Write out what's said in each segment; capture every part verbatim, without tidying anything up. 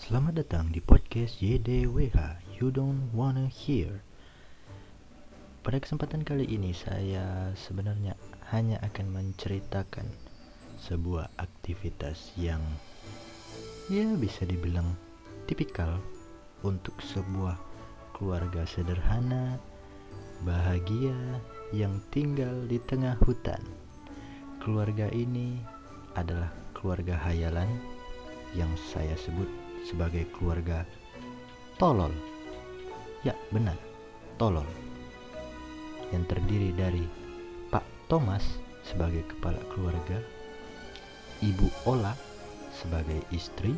Selamat datang di podcast Y D W H, You Don't Wanna Hear. Pada kesempatan kali ini saya sebenarnya hanya akan menceritakan sebuah aktivitas yang ya bisa dibilang tipikal untuk sebuah keluarga sederhana, bahagia yang tinggal di tengah hutan. Keluarga ini adalah keluarga hayalan yang saya sebut sebagai keluarga tolol. Ya, benar, tolol. Yang terdiri dari Pak Thomas sebagai kepala keluarga, Ibu Ola sebagai istri,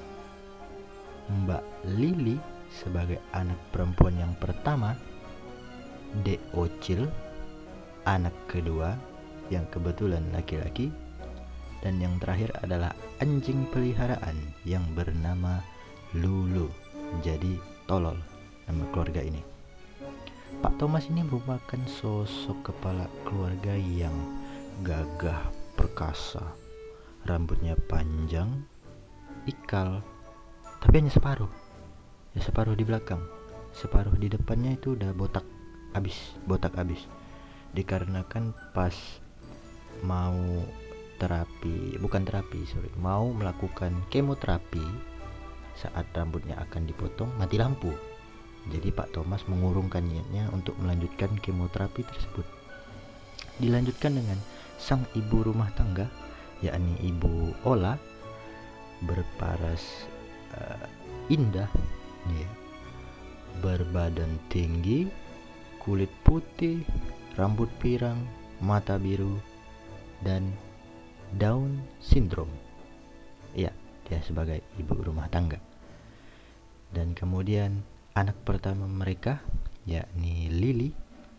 Mbak Lili sebagai anak perempuan yang pertama, Dek Ocil anak kedua yang kebetulan laki-laki, dan yang terakhir adalah anjing peliharaan yang bernama Lulu. Jadi tolol nama keluarga ini. Pak Thomas ini merupakan sosok kepala keluarga yang gagah perkasa. Rambutnya panjang, ikal, tapi hanya separuh. Ya separuh di belakang. Separuh di depannya itu udah botak abis, botak abis. Dikarenakan pas mau terapi, bukan terapi, sorry, mau melakukan kemoterapi, saat rambutnya akan dipotong mati lampu. Jadi Pak Thomas mengurungkan niatnya untuk melanjutkan kemoterapi tersebut. Dilanjutkan dengan sang ibu rumah tangga, yakni Ibu Ola, berparas uh, indah, ya, berbadan tinggi, kulit putih, rambut pirang, mata biru, dan Down syndrome. Ya, dia sebagai ibu rumah tangga. Dan kemudian anak pertama mereka, yakni Lili.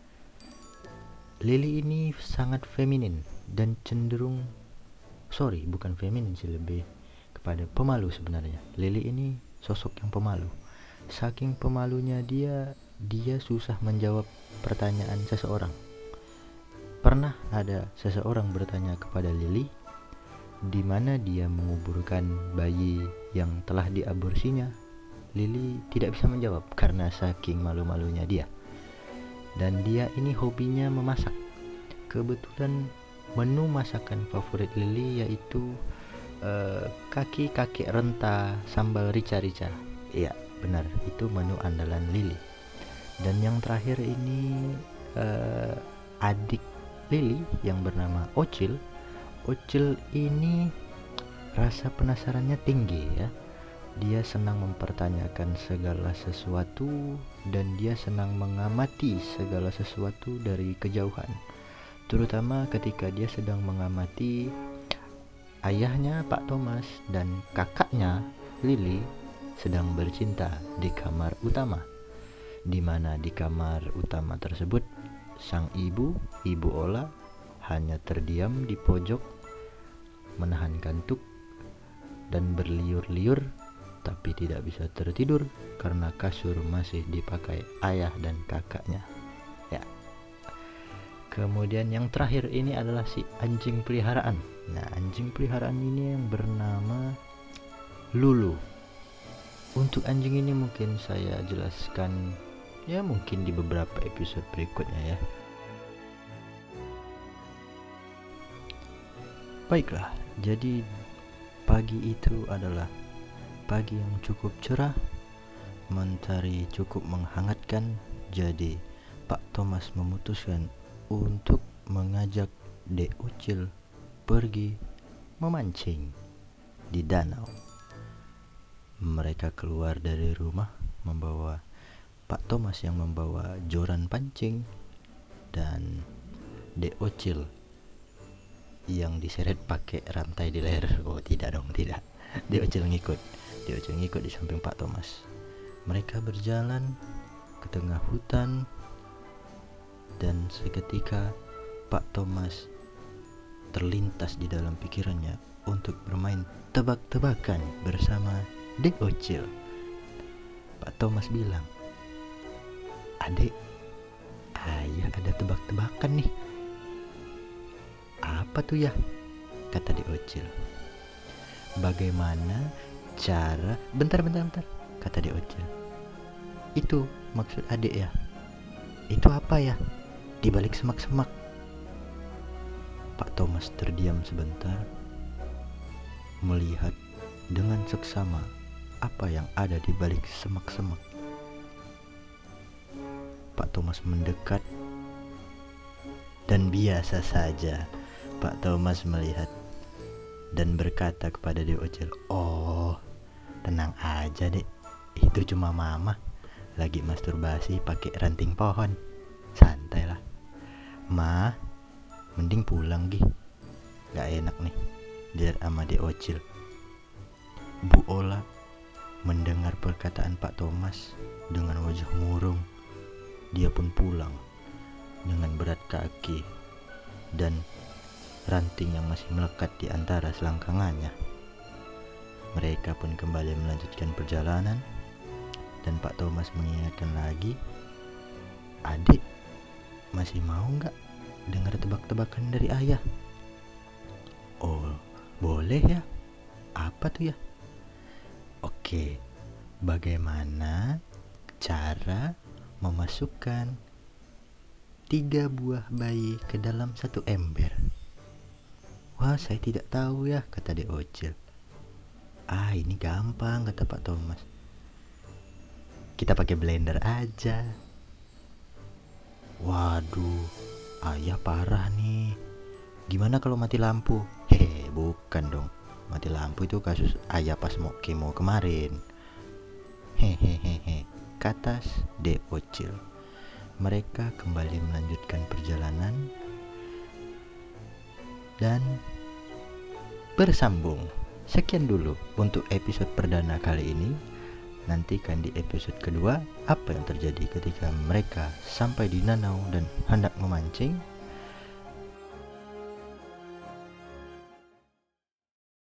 Lili ini sangat feminin dan cenderung, sorry, bukan feminin sih, lebih kepada pemalu sebenarnya. Lili ini sosok yang pemalu. Saking pemalunya dia, dia susah menjawab pertanyaan seseorang. Pernah ada seseorang bertanya kepada Lili di mana dia menguburkan bayi yang telah diaborsinya. Lili tidak bisa menjawab karena saking malu-malunya dia. Dan dia ini hobinya memasak. Kebetulan menu masakan favorit Lili yaitu uh, kaki kakek renta sambal rica-rica. Iya, benar, itu menu andalan Lili. Dan yang terakhir ini uh, adik Lili yang bernama Ocil. Ocil ini rasa penasarannya tinggi ya. Dia senang mempertanyakan segala sesuatu dan dia senang mengamati segala sesuatu dari kejauhan. Terutama ketika dia sedang mengamati ayahnya Pak Thomas dan kakaknya Lili sedang bercinta di kamar utama. Di mana di kamar utama tersebut sang ibu, Ibu Ola, hanya terdiam di pojok menahan kantuk dan berliur-liur, tapi tidak bisa tertidur karena kasur masih dipakai ayah dan kakaknya. Ya. Kemudian yang terakhir ini adalah si anjing peliharaan. Nah, anjing peliharaan ini yang bernama Lulu. Untuk anjing ini mungkin saya jelaskan ya mungkin di beberapa episode berikutnya ya. Baiklah, jadi pagi itu adalah pagi yang cukup cerah, mentari cukup menghangatkan. Jadi Pak Thomas memutuskan untuk mengajak Dek Ucil pergi memancing di danau. Mereka keluar dari rumah membawa Pak Thomas yang membawa joran pancing dan Dek Ucil yang diseret pakai rantai di leher. Oh tidak dong, tidak. Dia Ocil ngikut. Dia Ocil ngikut di samping Pak Thomas. Mereka berjalan ke tengah hutan dan seketika Pak Thomas terlintas di dalam pikirannya untuk bermain tebak-tebakan bersama Dek Ocil. Pak Thomas bilang, "Adik, ayah ada tebak-tebakan nih." "Apa tuh ya?" kata Dek Ocil. "Bagaimana Cara, bentar bentar bentar, kata Dek Ocil. Itu maksud adik ya? Itu apa ya? Di balik semak-semak. Pak Thomas terdiam sebentar, melihat dengan seksama apa yang ada di balik semak-semak. Pak Thomas mendekat, dan biasa saja Pak Thomas melihat dan berkata kepada Dek Ocil, "Oh, tenang aja Dek, itu cuma mama lagi masturbasi pakai ranting pohon. Santai lah. Ma, mending pulang Gi. Gak enak nih lihat sama Dek Ocil." Bu Ola mendengar perkataan Pak Thomas dengan wajah murung. Dia pun pulang dengan berat kaki dan ranting yang masih melekat di antara selangkangannya. Mereka pun kembali melanjutkan perjalanan, dan Pak Thomas mengingatkan lagi, "Adik, masih mau nggak dengar tebak-tebakan dari ayah?" "Oh, boleh ya. Apa tuh ya?" "Oke, bagaimana cara memasukkan tiga buah bayi ke dalam satu ember?" "Wah, saya tidak tahu ya," kata Dek Ocil. "Ah, ini gampang," kata Pak Thomas. "Kita pakai blender aja." "Waduh, ayah parah nih. Gimana kalau mati lampu?" "Hehe, bukan dong. Mati lampu itu kasus ayah pas mau kemo kemarin." "Hehehe," kata Dek Ocil. Mereka kembali melanjutkan perjalanan dan bersambung. Sekian dulu untuk episode perdana kali ini. Nantikan di episode kedua apa yang terjadi ketika mereka sampai di danau dan hendak memancing.